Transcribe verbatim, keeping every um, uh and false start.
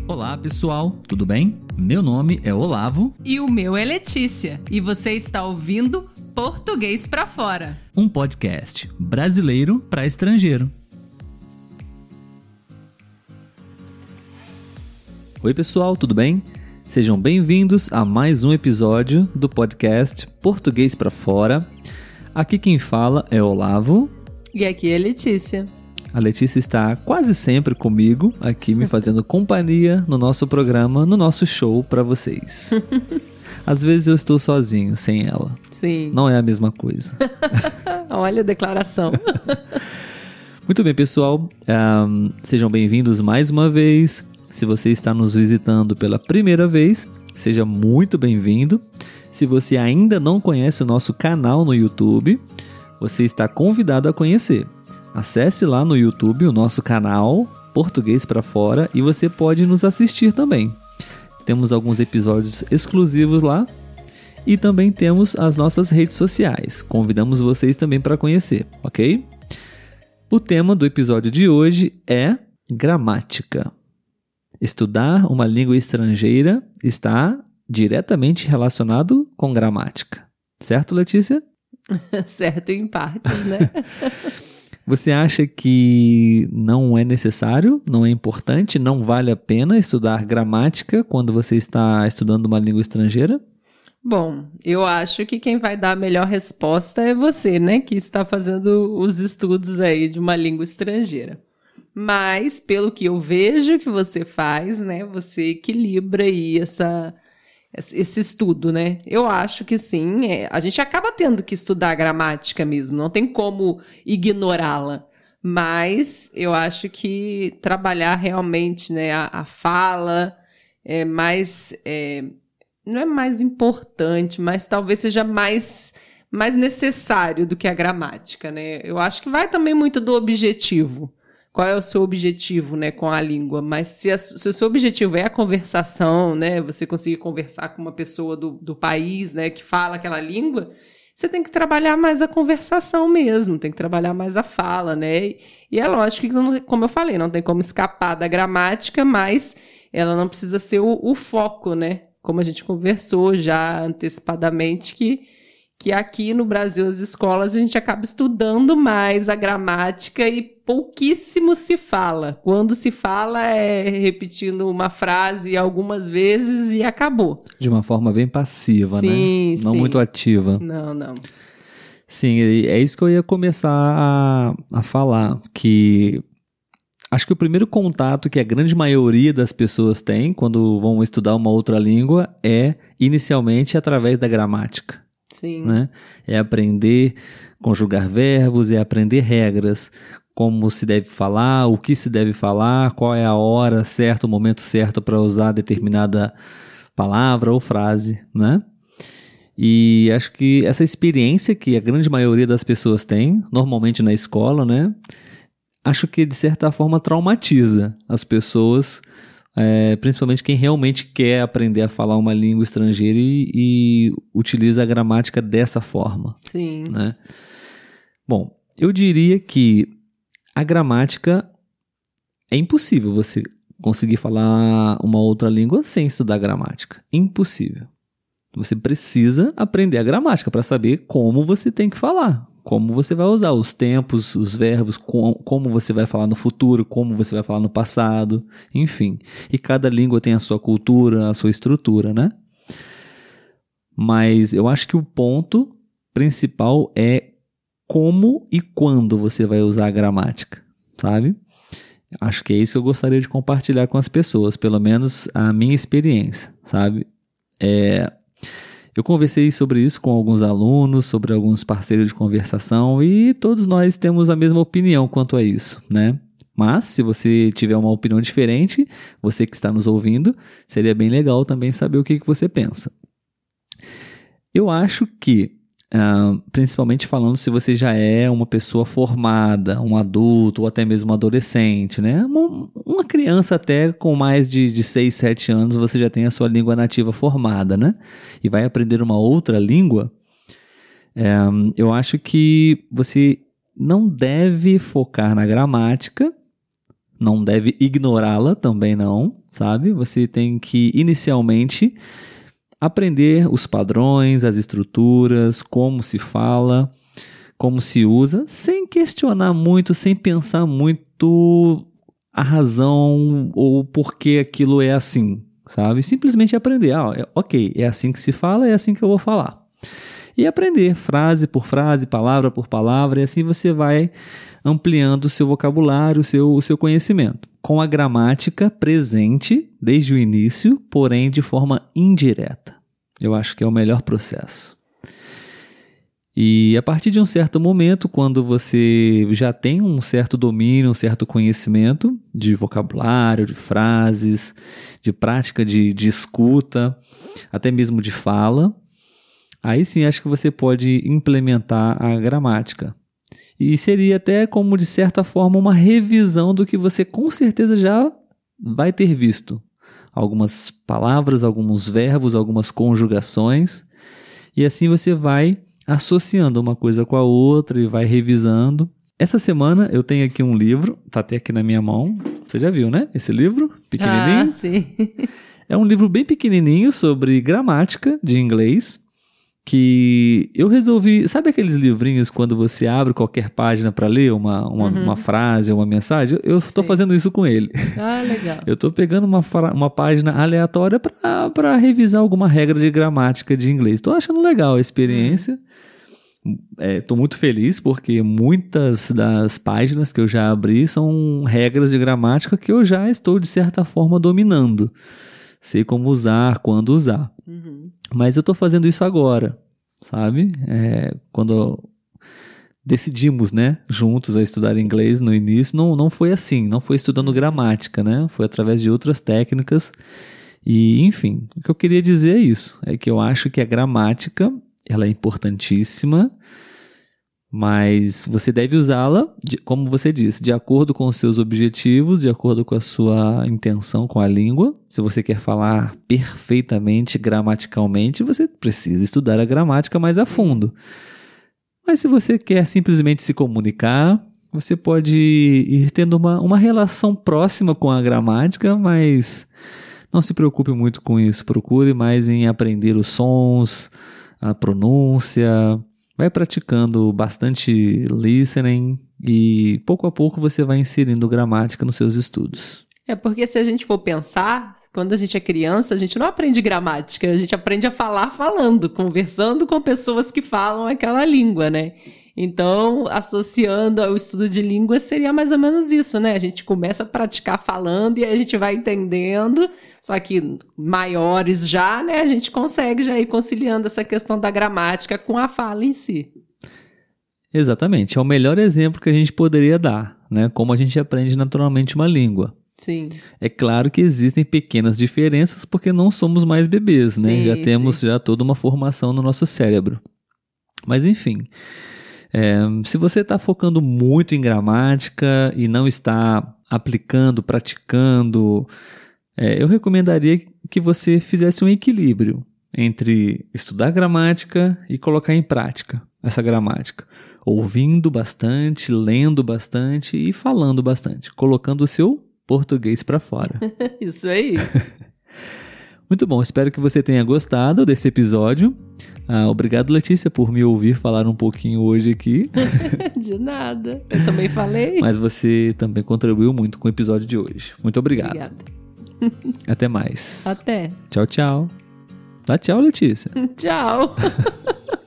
Olá pessoal, tudo bem? Meu nome é Olavo. E o meu é Letícia. E você está ouvindo Português pra Fora. Um podcast brasileiro para estrangeiro. Oi pessoal, tudo bem? Sejam bem-vindos a mais um episódio do podcast Português pra Fora. Aqui quem fala é Olavo. E aqui é Letícia. A Letícia está quase sempre comigo, aqui me fazendo companhia no nosso programa, no nosso show para vocês. Às vezes eu estou sozinho, sem ela. Sim. Não é a mesma coisa. Olha a declaração. Muito bem, pessoal. Um, sejam bem-vindos mais uma vez. Se você está nos visitando pela primeira vez, seja muito bem-vindo. Se você ainda não conhece o nosso canal no YouTube, você está convidado a conhecer. Acesse lá no YouTube o nosso canal Português pra Fora e você pode nos assistir também. Temos alguns episódios exclusivos lá e também temos as nossas redes sociais. Convidamos vocês também para conhecer, ok? O tema do episódio de hoje é gramática. Estudar uma língua estrangeira está diretamente relacionado com gramática. Certo, Letícia? Certo em partes, né? Você acha que não é necessário, não é importante, não vale a pena estudar gramática quando você está estudando uma língua estrangeira? Bom, eu acho que quem vai dar a melhor resposta é você, né? Que está fazendo os estudos aí de uma língua estrangeira. Mas, pelo que eu vejo que você faz, né? Você equilibra aí essa... esse estudo, né? Eu acho que sim, é, a gente acaba tendo que estudar a gramática mesmo, não tem como ignorá-la, mas eu acho que trabalhar realmente, né, a, a fala é mais, é, não é mais importante, mas talvez seja mais, mais necessário do que a gramática, né? Eu acho que vai também muito do objetivo. Qual é o seu objetivo, né, com a língua? Mas se, a, se o seu objetivo é a conversação, né, você conseguir conversar com uma pessoa do, do país, né, que fala aquela língua, você tem que trabalhar mais a conversação mesmo, tem que trabalhar mais a fala, né? E, e é lógico que, não, como eu falei, não tem como escapar da gramática, mas ela não precisa ser o, o foco, né? Como a gente conversou já antecipadamente, que... que aqui no Brasil, as escolas, a gente acaba estudando mais a gramática e pouquíssimo se fala. Quando se fala, é repetindo uma frase algumas vezes e acabou. De uma forma bem passiva, sim, né? Não sim. muito ativa. Não, não. Sim, é isso que eu ia começar a, a falar, que acho que o primeiro contato que a grande maioria das pessoas tem quando vão estudar uma outra língua é, inicialmente, através da gramática. Sim. Né? É aprender conjugar verbos, é aprender regras, como se deve falar, o que se deve falar, qual é a hora certa, o momento certo para usar determinada palavra ou frase, né? E acho que essa experiência que a grande maioria das pessoas tem, normalmente na escola, né? Acho que de certa forma traumatiza as pessoas, É, principalmente quem realmente quer aprender a falar uma língua estrangeira e, e utiliza a gramática dessa forma. Sim. Né? Bom, eu diria que a gramática é impossível você conseguir falar uma outra língua sem estudar gramática. Impossível. Você precisa aprender a gramática para saber como você tem que falar. Como você vai usar os tempos, os verbos, com, como você vai falar no futuro, como você vai falar no passado, enfim. E cada língua tem a sua cultura, a sua estrutura, né? Mas eu acho que o ponto principal é como e quando você vai usar a gramática, sabe? Acho que é isso que eu gostaria de compartilhar com as pessoas, pelo menos a minha experiência, sabe? É... Eu conversei sobre isso com alguns alunos, sobre alguns parceiros de conversação e todos nós temos a mesma opinião quanto a isso, né? Mas, se você tiver uma opinião diferente, você que está nos ouvindo, seria bem legal também saber o que, que você pensa. Eu acho que, uh, principalmente falando se você já é uma pessoa formada, um adulto ou até mesmo um adolescente, né? Uma, uma criança até com mais de, de seis, sete anos, você já tem a sua língua nativa formada, né? E vai aprender uma outra língua, é, eu acho que você não deve focar na gramática, não deve ignorá-la também não, sabe? Você tem que, inicialmente, aprender os padrões, as estruturas, como se fala, como se usa, sem questionar muito, sem pensar muito a razão ou por que aquilo é assim, sabe? Simplesmente aprender. Ah, é, ok, é assim que se fala, é assim que eu vou falar. E aprender frase por frase, palavra por palavra, e assim você vai ampliando o seu vocabulário, o seu, o seu conhecimento. Com a gramática presente desde o início, porém de forma indireta. Eu acho que é o melhor processo. E a partir de um certo momento, quando você já tem um certo domínio, um certo conhecimento de vocabulário, de frases, de prática de, de escuta, até mesmo de fala, aí sim acho que você pode implementar a gramática. E seria até como, de certa forma, uma revisão do que você com certeza já vai ter visto. Algumas palavras, alguns verbos, algumas conjugações. E assim você vai associando uma coisa com a outra e vai revisando. Essa semana eu tenho aqui um livro, tá até aqui na minha mão. Você já viu, né? Esse livro, pequenininho. Ah, sim. É um livro bem pequenininho sobre gramática de inglês, que eu resolvi... Sabe aqueles livrinhos quando você abre qualquer página para ler uma, uma, uhum. uma frase ou uma mensagem? Eu estou fazendo isso com ele. Ah, legal. Eu estou pegando uma, uma página aleatória para revisar alguma regra de gramática de inglês. Estou achando legal a experiência. Uhum. Estou é, muito feliz porque muitas das páginas que eu já abri são regras de gramática que eu já estou, de certa forma, dominando. Sei como usar, quando usar. Uhum. Mas eu estou fazendo isso agora, sabe? É, quando decidimos, né, juntos a estudar inglês no início, não, não foi assim, não foi estudando gramática, né? Foi através de outras técnicas. E, enfim, o que eu queria dizer é isso. É que eu acho que a gramática, ela é importantíssima, mas você deve usá-la, de, como você disse, de acordo com os seus objetivos, de acordo com a sua intenção com a língua. Se você quer falar perfeitamente, gramaticalmente, você precisa estudar a gramática mais a fundo. Mas se você quer simplesmente se comunicar, você pode ir tendo uma, uma relação próxima com a gramática, mas não se preocupe muito com isso. Procure mais em aprender os sons, a pronúncia. Vai praticando bastante listening e pouco a pouco você vai inserindo gramática nos seus estudos. É porque se a gente for pensar, quando a gente é criança, a gente não aprende gramática, a gente aprende a falar falando, conversando com pessoas que falam aquela língua, né? Então, associando ao estudo de língua, seria mais ou menos isso, né? A gente começa a praticar falando e aí a gente vai entendendo, só que maiores já, né? A gente consegue já ir conciliando essa questão da gramática com a fala em si. Exatamente. É o melhor exemplo que a gente poderia dar, né? Como a gente aprende naturalmente uma língua. Sim. É claro que existem pequenas diferenças porque não somos mais bebês, né? Sim, já temos sim. já toda uma formação no nosso cérebro. Mas, enfim... É, se você está focando muito em gramática e não está aplicando, praticando, é, eu recomendaria que você fizesse um equilíbrio entre estudar gramática e colocar em prática essa gramática. Ouvindo bastante, lendo bastante e falando bastante, colocando o seu português para fora. Isso aí. Muito bom, espero que você tenha gostado desse episódio. Ah, obrigado, Letícia, por me ouvir falar um pouquinho hoje aqui. De nada, eu também falei. Mas você também contribuiu muito com o episódio de hoje. Muito obrigado. Obrigada. Até mais. Até. Tchau, tchau. Dá tchau, Letícia. Tchau.